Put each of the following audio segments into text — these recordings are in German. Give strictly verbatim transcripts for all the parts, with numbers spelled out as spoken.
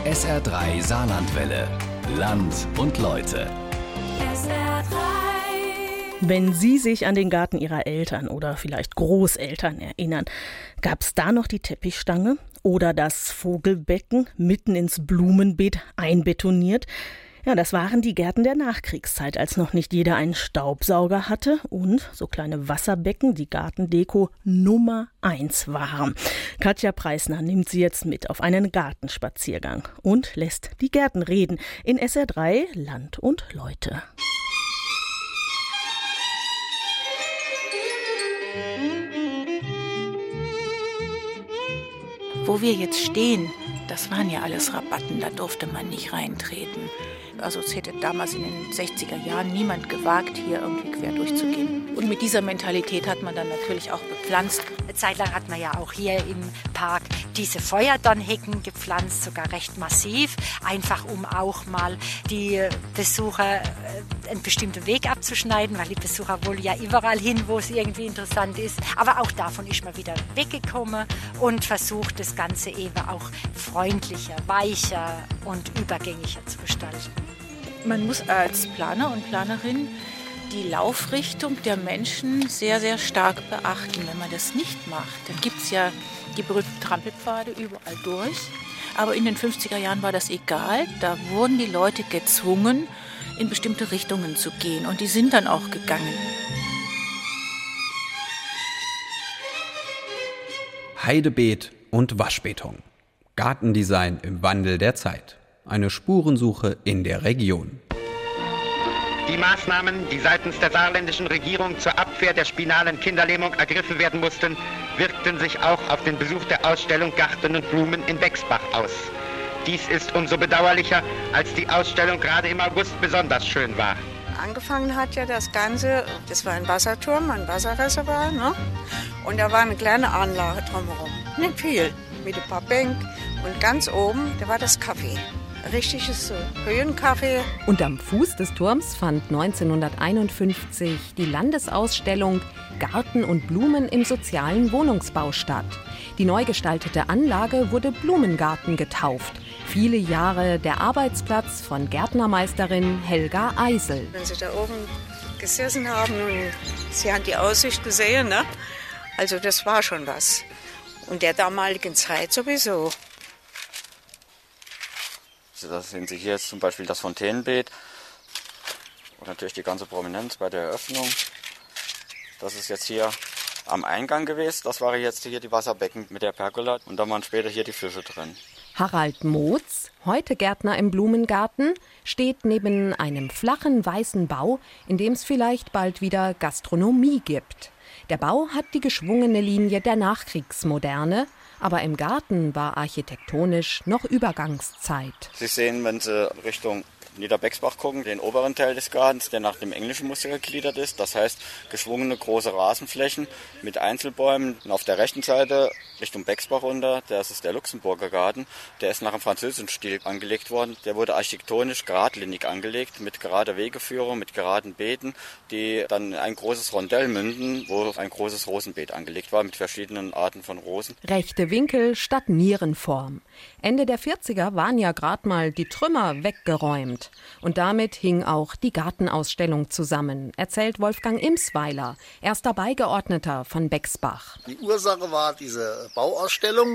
S R drei Saarlandwelle. Land und Leute. S R drei. Wenn Sie sich an den Garten Ihrer Eltern oder vielleicht Großeltern erinnern, gab es da noch die Teppichstange oder das Vogelbecken mitten ins Blumenbeet einbetoniert? Ja, das waren die Gärten der Nachkriegszeit, als noch nicht jeder einen Staubsauger hatte und so kleine Wasserbecken die Gartendeko Nummer eins waren. Katja Preisner nimmt sie jetzt mit auf einen Gartenspaziergang und lässt die Gärten reden in S R drei Land und Leute. Wo wir jetzt stehen, das waren ja alles Rabatten, da durfte man nicht reintreten. Also es hätte damals in den sechziger Jahren niemand gewagt, hier irgendwie quer durchzugehen. Und mit dieser Mentalität hat man dann natürlich auch bepflanzt. Eine Zeit lang hat man ja auch hier im Park diese Feuerdornhecken gepflanzt, sogar recht massiv, einfach um auch mal die Besucher einen bestimmten Weg abzuschneiden, weil die Besucher wollen ja überall hin, wo es irgendwie interessant ist. Aber auch davon ist man wieder weggekommen und versucht, das Ganze eben auch freundlicher, weicher und übergängiger zu gestalten. Man muss als Planer und Planerin die Laufrichtung der Menschen sehr, sehr stark beachten. Wenn man das nicht macht, dann gibt es ja die berühmten Trampelpfade überall durch. Aber in den fünfziger Jahren war das egal. Da wurden die Leute gezwungen, in bestimmte Richtungen zu gehen. Und die sind dann auch gegangen. Heidebeet und Waschbeton. Gartendesign im Wandel der Zeit. Eine Spurensuche in der Region. Die Maßnahmen, die seitens der saarländischen Regierung zur Abwehr der spinalen Kinderlähmung ergriffen werden mussten, wirkten sich auch auf den Besuch der Ausstellung Garten und Blumen in Bexbach aus. Dies ist umso bedauerlicher, als die Ausstellung gerade im August besonders schön war. Angefangen hat ja das Ganze, das war ein Wasserturm, ein Wasserreservoir, ne? Und da war eine kleine Anlage drumherum. Nicht viel, mit ein paar Bänken. Und ganz oben, da war das Café. Richtiges so Höhenkaffee. Und am Fuß des Turms fand neunzehnhunderteinundfünfzig die Landesausstellung Garten und Blumen im sozialen Wohnungsbau statt. Die neu gestaltete Anlage wurde Blumengarten getauft. Viele Jahre der Arbeitsplatz von Gärtnermeisterin Helga Eisel. Wenn Sie da oben gesessen haben und Sie haben die Aussicht gesehen, ne? Also das war schon was. Und der damaligen Zeit sowieso. Das sehen Sie hier jetzt zum Beispiel das Fontänenbeet und natürlich die ganze Prominenz bei der Eröffnung. Das ist jetzt hier am Eingang gewesen. Das waren jetzt hier die Wasserbecken mit der Pergola und dann waren später hier die Fische drin. Harald Motz, heute Gärtner im Blumengarten, steht neben einem flachen weißen Bau, in dem es vielleicht bald wieder Gastronomie gibt. Der Bau hat die geschwungene Linie der Nachkriegsmoderne, aber im Garten war architektonisch noch Übergangszeit. Sie sehen, wenn Sie Richtung Niederbexbach gucken, den oberen Teil des Gartens, der nach dem englischen Muster gegliedert ist. Das heißt, geschwungene große Rasenflächen mit Einzelbäumen. Und auf der rechten Seite Richtung Bexbach runter, das ist der Luxemburger Garten. Der ist nach dem französischen Stil angelegt worden. Der wurde architektonisch geradlinig angelegt, mit gerader Wegeführung, mit geraden Beeten, die dann in ein großes Rondell münden, wo ein großes Rosenbeet angelegt war, mit verschiedenen Arten von Rosen. Rechte Winkel statt Nierenform. Ende der vierziger waren ja gerade mal die Trümmer weggeräumt. Und damit hing auch die Gartenausstellung zusammen, erzählt Wolfgang Imsweiler, erster Beigeordneter von Bexbach. Die Ursache war diese Bauausstellung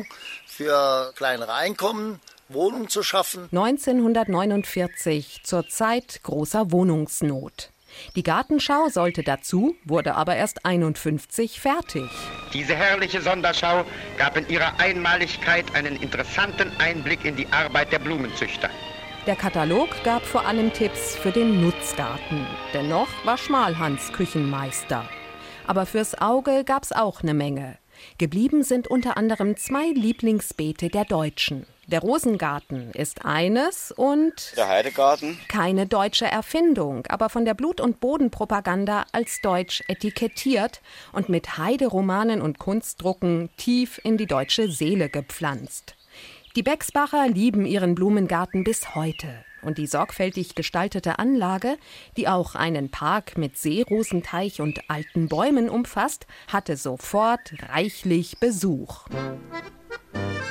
für kleinere Einkommen, Wohnungen zu schaffen. neunzehnhundertneunundvierzig, zur Zeit großer Wohnungsnot. Die Gartenschau sollte dazu, wurde aber erst einundfünfzig fertig. Diese herrliche Sonderschau gab in ihrer Einmaligkeit einen interessanten Einblick in die Arbeit der Blumenzüchter. Der Katalog gab vor allem Tipps für den Nutzgarten. Dennoch war Schmalhans Küchenmeister. Aber fürs Auge gab's auch eine Menge. Geblieben sind unter anderem zwei Lieblingsbeete der Deutschen. Der Rosengarten ist eines und der Heidegarten. Keine deutsche Erfindung, aber von der Blut- und Bodenpropaganda als deutsch etikettiert und mit Heideromanen und Kunstdrucken tief in die deutsche Seele gepflanzt. Die Bexbacher lieben ihren Blumengarten bis heute. Und die sorgfältig gestaltete Anlage, die auch einen Park mit Seerosenteich und alten Bäumen umfasst, hatte sofort reichlich Besuch.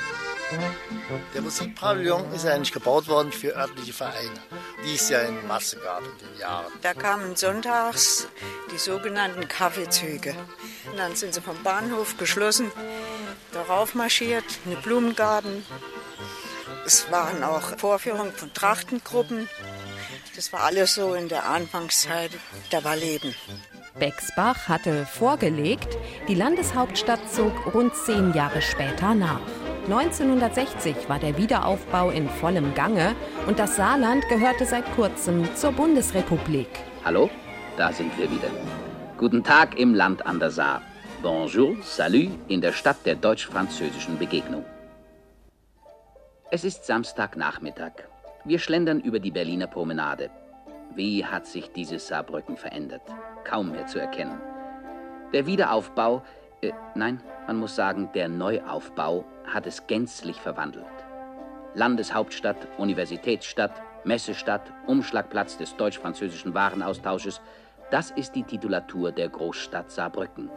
Der Musikpavillon ist eigentlich gebaut worden für örtliche Vereine. Die es ja in Masse gab in den Jahren. Da kamen sonntags die sogenannten Kaffeezüge. Und dann sind sie vom Bahnhof geschlossen, darauf marschiert, in den Blumengarten. Es waren auch Vorführungen von Trachtengruppen. Das war alles so in der Anfangszeit, da war Leben. Bexbach hatte vorgelegt, die Landeshauptstadt zog rund zehn Jahre später nach. neunzehnhundertsechzig war der Wiederaufbau in vollem Gange und das Saarland gehörte seit kurzem zur Bundesrepublik. Hallo, da sind wir wieder. Guten Tag im Land an der Saar. Bonjour, salut in der Stadt der deutsch-französischen Begegnung. Es ist Samstagnachmittag. Wir schlendern über die Berliner Promenade. Wie hat sich dieses Saarbrücken verändert? Kaum mehr zu erkennen. Der Wiederaufbau, äh, nein, man muss sagen, der Neuaufbau hat es gänzlich verwandelt. Landeshauptstadt, Universitätsstadt, Messestadt, Umschlagplatz des deutsch-französischen Warenaustausches, das ist die Titulatur der Großstadt Saarbrücken.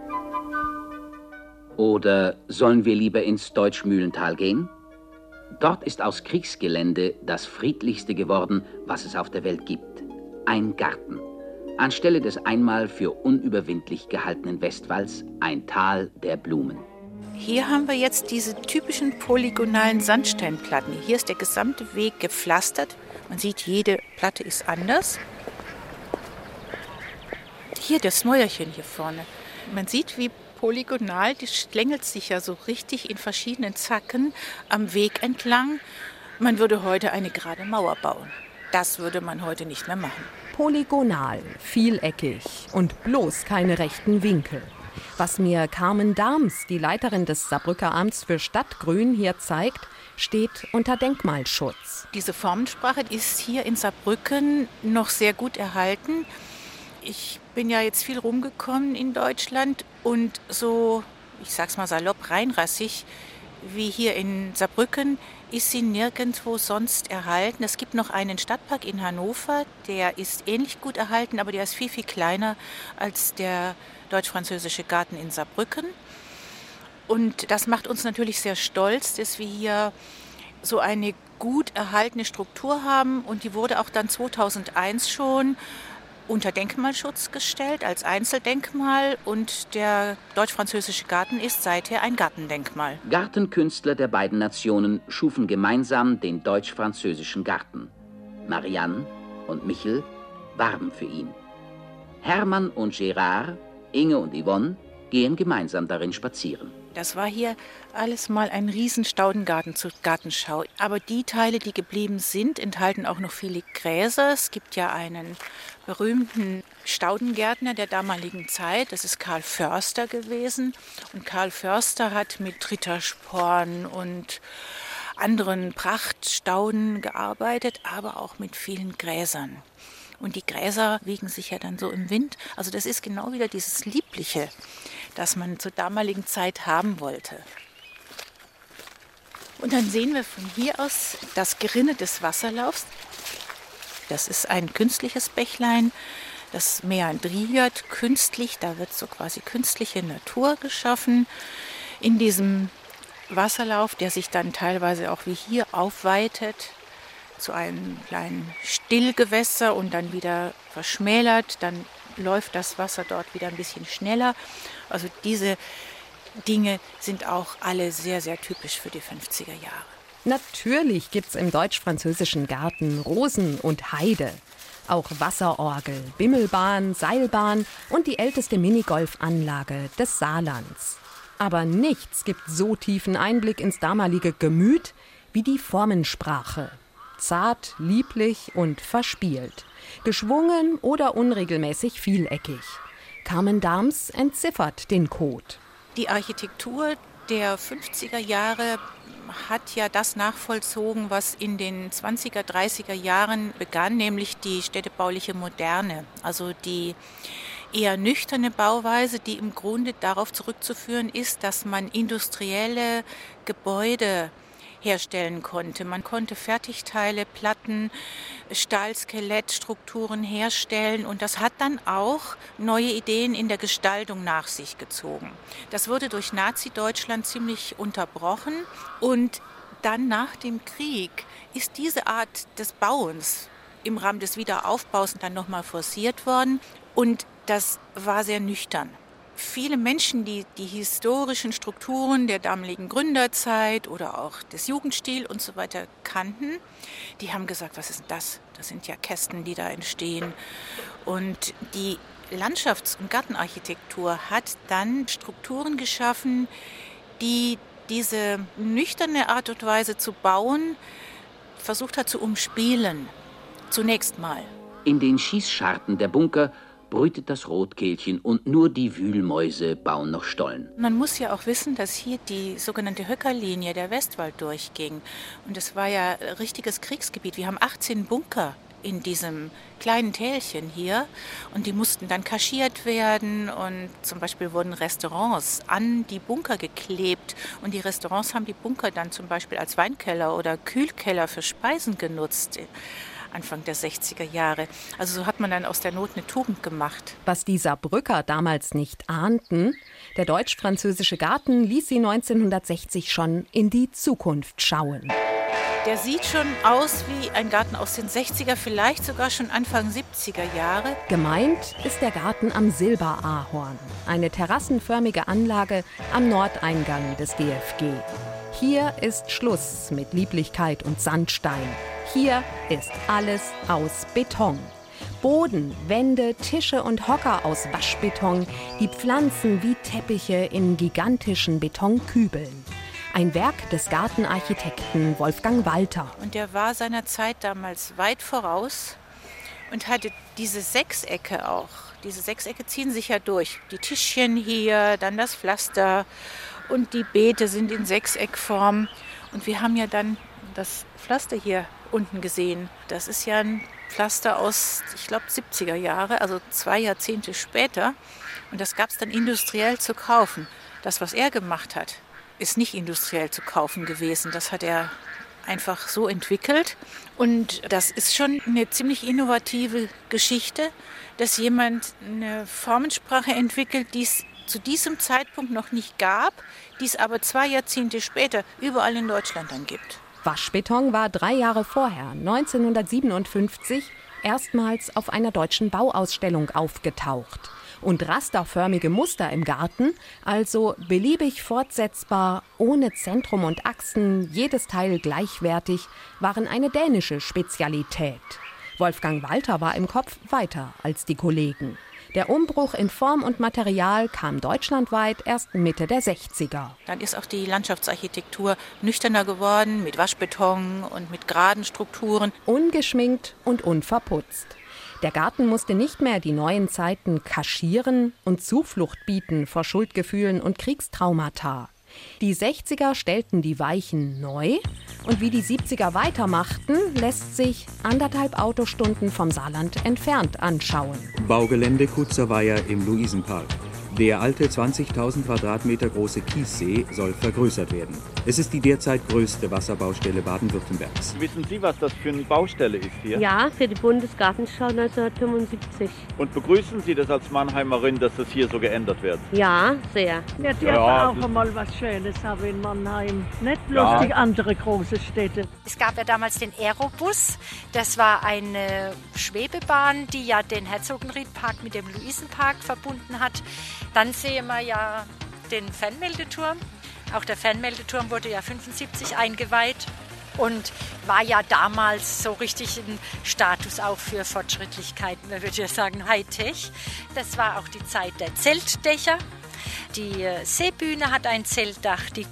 Oder sollen wir lieber ins Deutschmühlental gehen? Dort ist aus Kriegsgelände das friedlichste geworden, was es auf der Welt gibt. Ein Garten. Anstelle des einmal für unüberwindlich gehaltenen Westwalls ein Tal der Blumen. Hier haben wir jetzt diese typischen polygonalen Sandsteinplatten. Hier ist der gesamte Weg gepflastert. Man sieht, jede Platte ist anders. Hier das Mäuerchen hier vorne. Man sieht, wie polygonal, die schlängelt sich ja so richtig in verschiedenen Zacken am Weg entlang. Man würde heute eine gerade Mauer bauen. Das würde man heute nicht mehr machen. Polygonal, vieleckig und bloß keine rechten Winkel. Was mir Carmen Dahms, die Leiterin des Saarbrücker Amts für Stadtgrün, hier zeigt, steht unter Denkmalschutz. Diese Formensprache ist hier in Saarbrücken noch sehr gut erhalten. Ich bin ja jetzt viel rumgekommen in Deutschland und so, ich sag's mal salopp, reinrassig wie hier in Saarbrücken ist sie nirgendwo sonst erhalten. Es gibt noch einen Stadtpark in Hannover, der ist ähnlich gut erhalten, aber der ist viel, viel kleiner als der deutsch-französische Garten in Saarbrücken. Und das macht uns natürlich sehr stolz, dass wir hier so eine gut erhaltene Struktur haben. Und die wurde auch dann zweitausendeins schon unter Denkmalschutz gestellt als Einzeldenkmal und der deutsch-französische Garten ist seither ein Gartendenkmal. Gartenkünstler der beiden Nationen schufen gemeinsam den deutsch-französischen Garten. Marianne und Michel warben für ihn. Hermann und Gérard, Inge und Yvonne gehen gemeinsam darin spazieren. Das war hier alles mal ein riesen Staudengarten zur Gartenschau. Aber die Teile, die geblieben sind, enthalten auch noch viele Gräser. Es gibt ja einen berühmten Staudengärtner der damaligen Zeit. Das ist Karl Förster gewesen. Und Karl Förster hat mit Rittersporn und anderen Prachtstauden gearbeitet, aber auch mit vielen Gräsern. Und die Gräser wiegen sich ja dann so im Wind. Also das ist genau wieder dieses Liebliche, das man zur damaligen Zeit haben wollte. Und dann sehen wir von hier aus das Gerinne des Wasserlaufs. Das ist ein künstliches Bächlein, das meandriert künstlich. Da wird so quasi künstliche Natur geschaffen in diesem Wasserlauf, der sich dann teilweise auch wie hier aufweitet zu einem kleinen Stillgewässer und dann wieder verschmälert. Dann läuft das Wasser dort wieder ein bisschen schneller. Also diese Dinge sind auch alle sehr, sehr typisch für die fünfziger Jahre. Natürlich gibt's im deutsch-französischen Garten Rosen und Heide. Auch Wasserorgel, Bimmelbahn, Seilbahn und die älteste Minigolfanlage des Saarlands. Aber nichts gibt so tiefen Einblick ins damalige Gemüt wie die Formensprache. Zart, lieblich und verspielt. Geschwungen oder unregelmäßig vieleckig. Carmen Dahms entziffert den Code. Die Architektur der fünfziger Jahre hat ja das nachvollzogen, was in den zwanziger, dreißiger Jahren begann, nämlich die städtebauliche Moderne. Also die eher nüchterne Bauweise, die im Grunde darauf zurückzuführen ist, dass man industrielle Gebäude herstellen konnte. Man konnte Fertigteile, Platten, Stahlskelettstrukturen herstellen und das hat dann auch neue Ideen in der Gestaltung nach sich gezogen. Das wurde durch Nazi-Deutschland ziemlich unterbrochen und dann nach dem Krieg ist diese Art des Bauens im Rahmen des Wiederaufbaus dann nochmal forciert worden. Und das war sehr nüchtern. Viele Menschen, die die historischen Strukturen der damaligen Gründerzeit oder auch des Jugendstils und so weiter kannten, die haben gesagt, was ist denn das? Das sind ja Kästen, die da entstehen. Und die Landschafts- und Gartenarchitektur hat dann Strukturen geschaffen, die diese nüchterne Art und Weise zu bauen versucht hat zu umspielen. Zunächst mal. In den Schießscharten der Bunker brütet das Rotkehlchen und nur die Wühlmäuse bauen noch Stollen. Man muss ja auch wissen, dass hier die sogenannte Höckerlinie, der Westwald, durchging. Und es war ja richtiges Kriegsgebiet. Wir haben achtzehn Bunker in diesem kleinen Tälchen hier und die mussten dann kaschiert werden und zum Beispiel wurden Restaurants an die Bunker geklebt und die Restaurants haben die Bunker dann zum Beispiel als Weinkeller oder Kühlkeller für Speisen genutzt. Anfang der sechziger Jahre. Also so hat man dann aus der Not eine Tugend gemacht. Was die Saarbrücker damals nicht ahnten, der deutsch-französische Garten ließ sie neunzehnhundertsechzig schon in die Zukunft schauen. Der sieht schon aus wie ein Garten aus den sechziger, vielleicht sogar schon Anfang siebziger Jahre. Gemeint ist der Garten am Silberahorn, eine terrassenförmige Anlage am Nordeingang des D F G. Hier ist Schluss mit Lieblichkeit und Sandstein. Hier ist alles aus Beton. Boden, Wände, Tische und Hocker aus Waschbeton, die Pflanzen wie Teppiche in gigantischen Betonkübeln. Ein Werk des Gartenarchitekten Wolfgang Walter. Und der war seiner Zeit damals weit voraus und hatte diese Sechsecke auch. Diese Sechsecke ziehen sich ja durch. Die Tischchen hier, dann das Pflaster und die Beete sind in Sechseckform. Und wir haben ja dann das Pflaster hier unten gesehen. Das ist ja ein Pflaster aus, ich glaube, siebziger Jahre, also zwei Jahrzehnte später. Und das gab es dann industriell zu kaufen. Das, was er gemacht hat, ist nicht industriell zu kaufen gewesen. Das hat er einfach so entwickelt. Und das ist schon eine ziemlich innovative Geschichte, dass jemand eine Formensprache entwickelt, die es zu diesem Zeitpunkt noch nicht gab, die es aber zwei Jahrzehnte später überall in Deutschland dann gibt. Waschbeton war drei Jahre vorher, neunzehnhundertsiebenundfünfzig, erstmals auf einer deutschen Bauausstellung aufgetaucht. Und rasterförmige Muster im Garten, also beliebig fortsetzbar, ohne Zentrum und Achsen, jedes Teil gleichwertig, waren eine dänische Spezialität. Wolfgang Walter war im Kopf weiter als die Kollegen. Der Umbruch in Form und Material kam deutschlandweit erst Mitte der sechziger. Dann ist auch die Landschaftsarchitektur nüchterner geworden, mit Waschbeton und mit geraden Strukturen. Ungeschminkt und unverputzt. Der Garten musste nicht mehr die neuen Zeiten kaschieren und Zuflucht bieten vor Schuldgefühlen und Kriegstraumata. Die sechziger stellten die Weichen neu und wie die siebziger weitermachten, lässt sich anderthalb Autostunden vom Saarland entfernt anschauen. Baugelände Kutzerweiher im Luisenpark. Der alte zwanzigtausend Quadratmeter große Kiessee soll vergrößert werden. Es ist die derzeit größte Wasserbaustelle Baden-Württembergs. Wissen Sie, was das für eine Baustelle ist hier? Ja, für die Bundesgartenschau neunzehnhundertfünfundsiebzig. Und begrüßen Sie das als Mannheimerin, dass das hier so geändert wird? Ja, sehr. Wir dürfen ja, auch einmal was Schönes haben in Mannheim. Nicht bloß ja. Die andere große Städte. Es gab ja damals den Aerobus. Das war eine Schwebebahn, die ja den Herzogenriedpark mit dem Luisenpark verbunden hat. Dann sehen wir ja den Fernmeldeturm. Auch der Fernmeldeturm wurde ja fünfundsiebzig eingeweiht und war ja damals so richtig ein Status auch für Fortschrittlichkeit. Man würde ja sagen Hightech. Das war auch die Zeit der Zeltdächer. Die Seebühne hat ein Zeltdach, die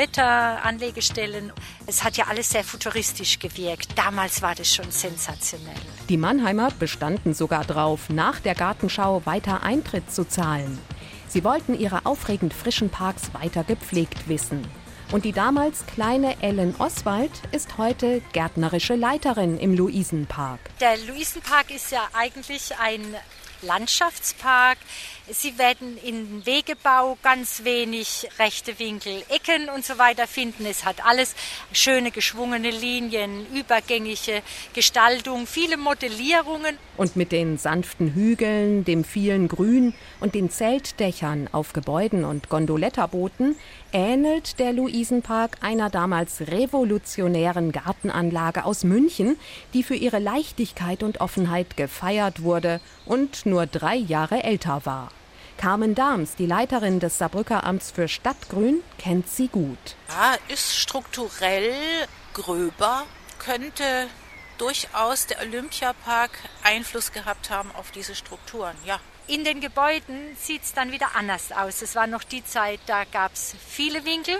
Gondoletta-Anlegestellen. Es hat ja alles sehr futuristisch gewirkt. Damals war das schon sensationell. Die Mannheimer bestanden sogar drauf, nach der Gartenschau weiter Eintritt zu zahlen. Sie wollten ihre aufregend frischen Parks weiter gepflegt wissen. Und die damals kleine Ellen Oswald ist heute gärtnerische Leiterin im Luisenpark. Der Luisenpark ist ja eigentlich ein Landschaftspark. Sie werden in Wegebau ganz wenig rechte Winkel, Ecken und so weiter finden. Es hat alles schöne geschwungene Linien, übergängige Gestaltung, viele Modellierungen. Und mit den sanften Hügeln, dem vielen Grün und den Zeltdächern auf Gebäuden und Gondoletterbooten ähnelt der Luisenpark einer damals revolutionären Gartenanlage aus München, die für ihre Leichtigkeit und Offenheit gefeiert wurde und nur drei Jahre älter war. Carmen Dahms, die Leiterin des Saarbrücker Amts für Stadtgrün, kennt sie gut. Ja, ist strukturell gröber, könnte durchaus der Olympiapark Einfluss gehabt haben auf diese Strukturen, ja. In den Gebäuden sieht es dann wieder anders aus. Es war noch die Zeit, da gab es viele Winkel.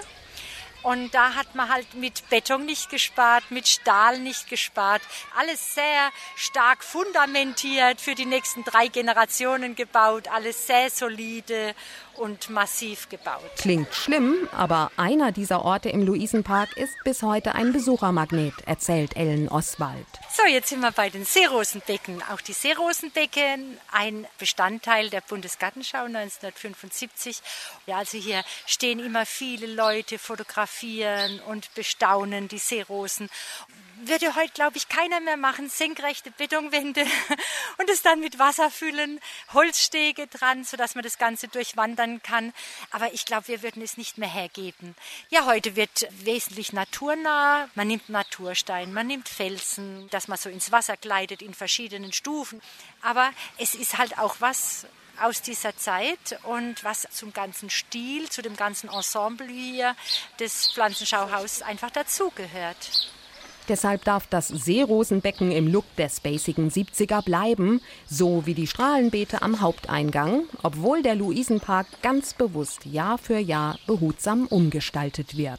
Und da hat man halt mit Beton nicht gespart, mit Stahl nicht gespart. Alles sehr stark fundamentiert, für die nächsten drei Generationen gebaut. Alles sehr solide und massiv gebaut. Klingt schlimm, aber einer dieser Orte im Luisenpark ist bis heute ein Besuchermagnet, erzählt Ellen Oswald. So, jetzt sind wir bei den Seerosenbecken. Auch die Seerosenbecken, ein Bestandteil der Bundesgartenschau neunzehnhundertfünfundsiebzig. Ja, also hier stehen immer viele Leute, fotografieren und bestaunen die Seerosen. Würde heute, glaube ich, keiner mehr machen. Senkrechte Betonwände und es dann mit Wasser füllen, Holzstege dran, sodass man das Ganze durchwandern kann. Aber ich glaube, wir würden es nicht mehr hergeben. Ja, heute wird wesentlich naturnah. Man nimmt Naturstein, man nimmt Felsen, dass man so ins Wasser gleitet in verschiedenen Stufen. Aber es ist halt auch was aus dieser Zeit und was zum ganzen Stil, zu dem ganzen Ensemble hier des Pflanzenschauhauses einfach dazugehört. Deshalb darf das Seerosenbecken im Look der spacigen siebziger bleiben, so wie die Strahlenbeete am Haupteingang, obwohl der Luisenpark ganz bewusst Jahr für Jahr behutsam umgestaltet wird.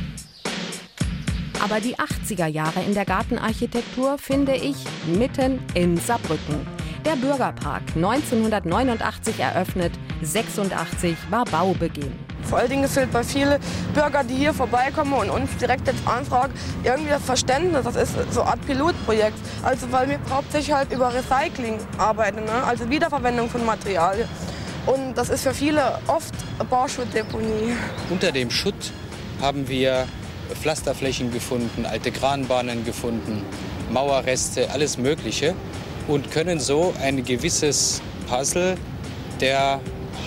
Aber die achtziger Jahre in der Gartenarchitektur finde ich mitten in Saarbrücken. Der Bürgerpark, neunzehnhundertneunundachtzig eröffnet, sechsundachtzig war Baubeginn. Vor allen Dingen fehlt bei vielen Bürgern, die hier vorbeikommen und uns direkt jetzt anfragen, irgendwie das Verständnis. Das ist so eine Art Pilotprojekt. Also weil wir hauptsächlich halt über Recycling arbeiten, ne? Also Wiederverwendung von Materialien. Und das ist für viele oft eine Bauschuttdeponie. Unter dem Schutt haben wir Pflasterflächen gefunden, alte Kranbahnen gefunden, Mauerreste, alles Mögliche. Und können so ein gewisses Puzzle der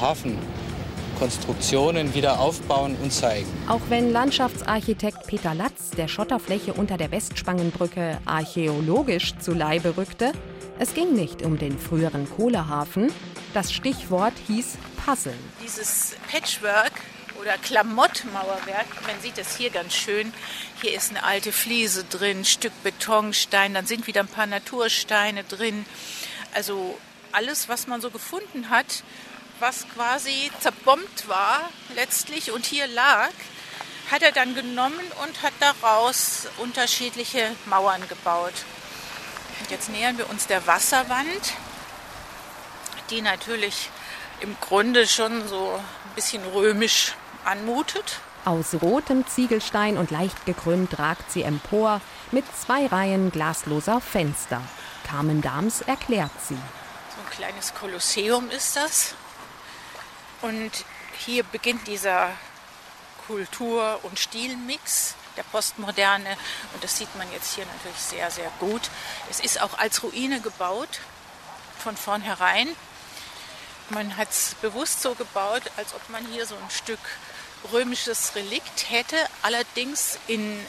Hafenkonstruktionen wieder aufbauen und zeigen. Auch wenn Landschaftsarchitekt Peter Latz der Schotterfläche unter der Westspangenbrücke archäologisch zu Leibe rückte, es ging nicht um den früheren Kohlehafen. Das Stichwort hieß Puzzeln. Dieses Patchwork oder Klamottmauerwerk, man sieht es hier ganz schön. Hier ist eine alte Fliese drin, ein Stück Betonstein, dann sind wieder ein paar Natursteine drin. Also alles, was man so gefunden hat, was quasi zerbombt war letztlich und hier lag, hat er dann genommen und hat daraus unterschiedliche Mauern gebaut. Und jetzt nähern wir uns der Wasserwand, die natürlich im Grunde schon so ein bisschen römisch anmutet. Aus rotem Ziegelstein und leicht gekrümmt ragt sie empor mit zwei Reihen glasloser Fenster. Carmen Dahms erklärt sie. So ein kleines Kolosseum ist das. Und hier beginnt dieser Kultur- und Stilmix der Postmoderne. Und das sieht man jetzt hier natürlich sehr, sehr gut. Es ist auch als Ruine gebaut, von vornherein. Man hat es bewusst so gebaut, als ob man hier so ein Stück römisches Relikt hätte, allerdings in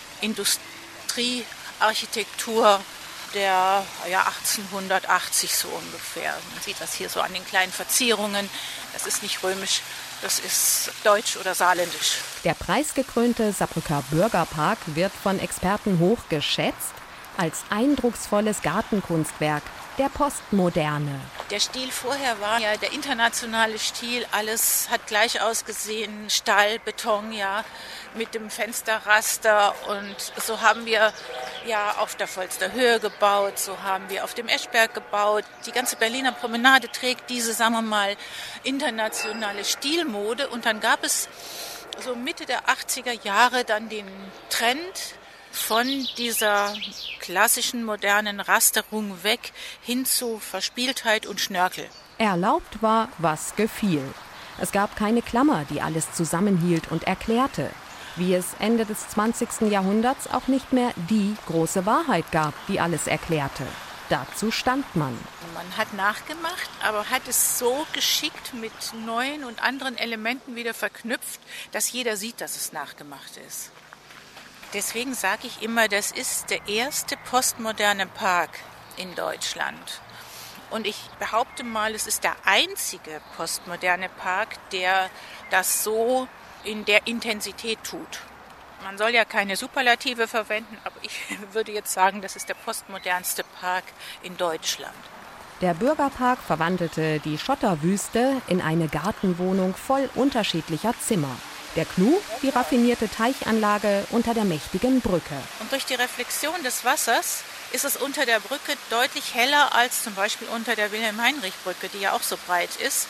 Industriearchitektur der ja, achtzehnhundertachtzig so ungefähr. Man sieht das hier so an den kleinen Verzierungen. Das ist nicht römisch, das ist deutsch oder saarländisch. Der preisgekrönte Saarbrücker Bürgerpark wird von Experten hoch geschätzt als eindrucksvolles Gartenkunstwerk der Postmoderne. Der Stil vorher war ja der internationale Stil, alles hat gleich ausgesehen, Stahl, Beton, ja, mit dem Fensterraster und so haben wir ja auf der Volster Höhe gebaut, so haben wir auf dem Eschberg gebaut. Die ganze Berliner Promenade trägt diese, sagen wir mal, internationale Stilmode und dann gab es so Mitte der achtziger Jahre dann den Trend, von dieser klassischen modernen Rasterung weg hin zu Verspieltheit und Schnörkel. Erlaubt war, was gefiel. Es gab keine Klammer, die alles zusammenhielt und erklärte. Wie es Ende des zwanzigsten Jahrhunderts auch nicht mehr die große Wahrheit gab, die alles erklärte. Dazu stand man. Man hat nachgemacht, aber hat es so geschickt mit neuen und anderen Elementen wieder verknüpft, dass jeder sieht, dass es nachgemacht ist. Deswegen sage ich immer, das ist der erste postmoderne Park in Deutschland. Und ich behaupte mal, es ist der einzige postmoderne Park, der das so in der Intensität tut. Man soll ja keine Superlative verwenden, aber ich würde jetzt sagen, das ist der postmodernste Park in Deutschland. Der Bürgerpark verwandelte die Schotterwüste in eine Gartenwohnung voll unterschiedlicher Zimmer. Der Clou, die raffinierte Teichanlage unter der mächtigen Brücke. Und durch die Reflexion des Wassers ist es unter der Brücke deutlich heller als zum Beispiel unter der Wilhelm-Heinrich-Brücke, die ja auch so breit ist,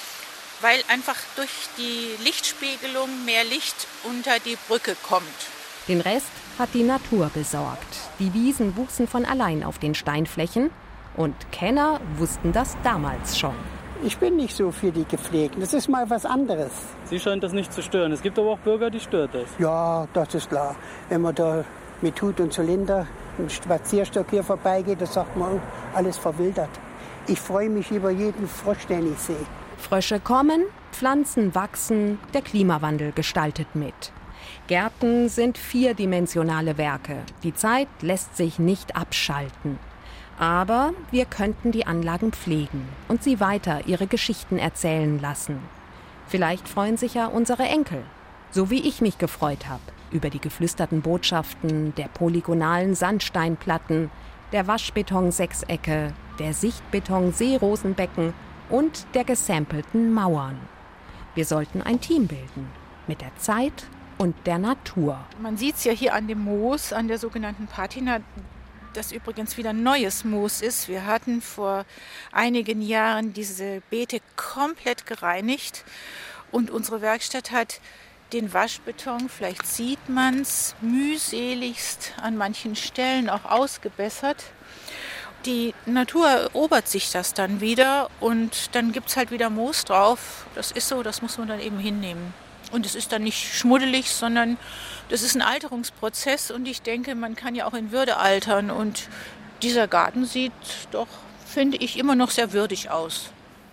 weil einfach durch die Lichtspiegelung mehr Licht unter die Brücke kommt. Den Rest hat die Natur besorgt. Die Wiesen wuchsen von allein auf den Steinflächen und Kenner wussten das damals schon. Ich bin nicht so für die Gepflegten, das ist mal was anderes. Sie scheint das nicht zu stören. Es gibt aber auch Bürger, die stört das. Ja, das ist klar. Wenn man da mit Hut und Zylinder einen Spazierstock hier vorbeigeht, da sagt man, alles verwildert. Ich freue mich über jeden Frosch, den ich sehe. Frösche kommen, Pflanzen wachsen, der Klimawandel gestaltet mit. Gärten sind vierdimensionale Werke. Die Zeit lässt sich nicht abschalten. Aber wir könnten die Anlagen pflegen und sie weiter ihre Geschichten erzählen lassen. Vielleicht freuen sich ja unsere Enkel, so wie ich mich gefreut habe, über die geflüsterten Botschaften der polygonalen Sandsteinplatten, der Waschbeton-Sechsecke, der Sichtbeton-Seerosenbecken und der gesampelten Mauern. Wir sollten ein Team bilden, mit der Zeit und der Natur. Man sieht es ja hier an dem Moos, an der sogenannten Patina, das übrigens wieder neues Moos ist. Wir hatten vor einigen Jahren diese Beete komplett gereinigt und unsere Werkstatt hat den Waschbeton, vielleicht sieht man es, mühseligst an manchen Stellen auch ausgebessert. Die Natur erobert sich das dann wieder und dann gibt es halt wieder Moos drauf. Das ist so, das muss man dann eben hinnehmen. Und es ist dann nicht schmuddelig, sondern das ist ein Alterungsprozess und ich denke, man kann ja auch in Würde altern und dieser Garten sieht doch, finde ich, immer noch sehr würdig aus.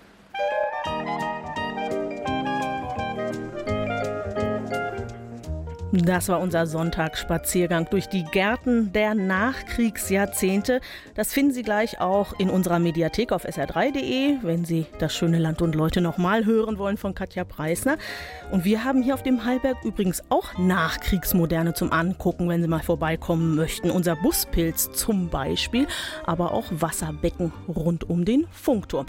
Das war unser Sonntagsspaziergang durch die Gärten der Nachkriegsjahrzehnte. Das finden Sie gleich auch in unserer Mediathek auf S R drei Punkt de, wenn Sie das schöne Land und Leute nochmal hören wollen von Katja Preisner. Und wir haben hier auf dem Hallberg übrigens auch Nachkriegsmoderne zum Angucken, wenn Sie mal vorbeikommen möchten. Unser Buspilz zum Beispiel, aber auch Wasserbecken rund um den Funkturm.